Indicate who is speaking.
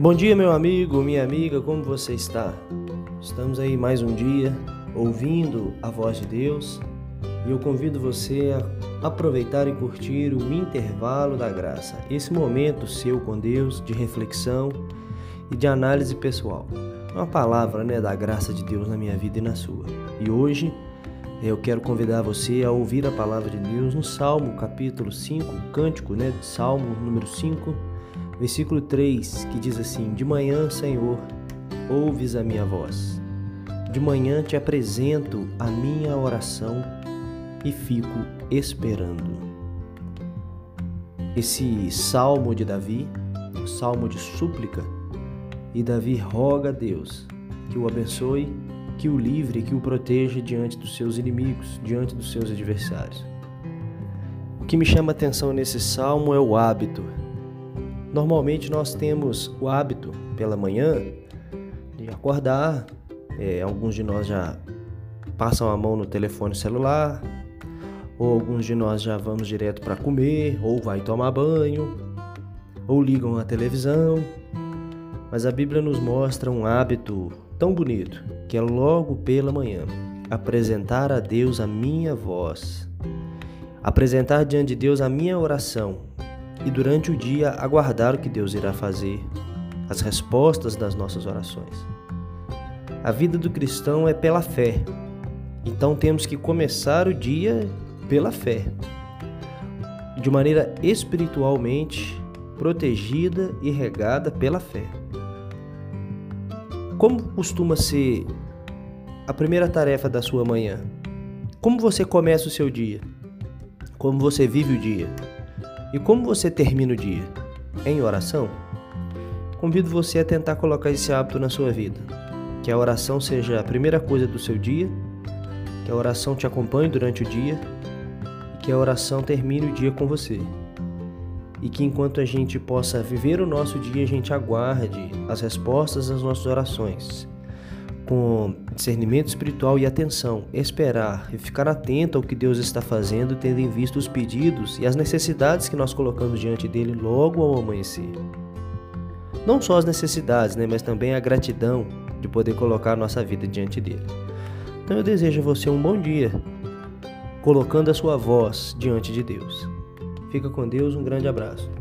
Speaker 1: Bom dia, meu amigo, minha amiga, como você está? Estamos aí mais um dia ouvindo a voz de Deus e eu convido você a aproveitar e curtir o intervalo da graça, esse momento seu com Deus de reflexão e de análise pessoal. Uma palavra, da graça de Deus na minha vida e na sua. E hoje eu quero convidar você a ouvir a palavra de Deus no Salmo capítulo 5, cântico, de Salmo número 5, versículo 3, que diz assim: De manhã, Senhor, ouves a minha voz. De manhã te apresento a minha oração e fico esperando. Esse salmo de Davi, um salmo de súplica, e Davi roga a Deus que o abençoe, que o livre, que o proteja diante dos seus inimigos, diante dos seus adversários. O que me chama a atenção nesse salmo é o hábito. Normalmente nós temos o hábito pela manhã de acordar, alguns de nós já passam a mão no telefone celular, ou alguns de nós já vamos direto para comer, ou vai tomar banho, ou ligam a televisão. Mas a Bíblia nos mostra um hábito tão bonito, que é logo pela manhã, apresentar a Deus a minha voz, apresentar diante de Deus a minha oração e durante o dia aguardar o que Deus irá fazer, as respostas das nossas orações. A vida do cristão é pela fé, então temos que começar o dia pela fé, de maneira espiritualmente protegida e regada pela fé. Como costuma ser a primeira tarefa da sua manhã? Como você começa o seu dia? Como você vive o dia? E como você termina o dia? Em oração? Convido você a tentar colocar esse hábito na sua vida. Que a oração seja a primeira coisa do seu dia, que a oração te acompanhe durante o dia e que a oração termine o dia com você. E que enquanto a gente possa viver o nosso dia, a gente aguarde as respostas das nossas orações com discernimento espiritual e atenção, esperar e ficar atento ao que Deus está fazendo, tendo em vista os pedidos e as necessidades que nós colocamos diante dele logo ao amanhecer. Não só as necessidades, mas também a gratidão de poder colocar a nossa vida diante dele. Então eu desejo a você um bom dia, colocando a sua voz diante de Deus. Fica com Deus, um grande abraço.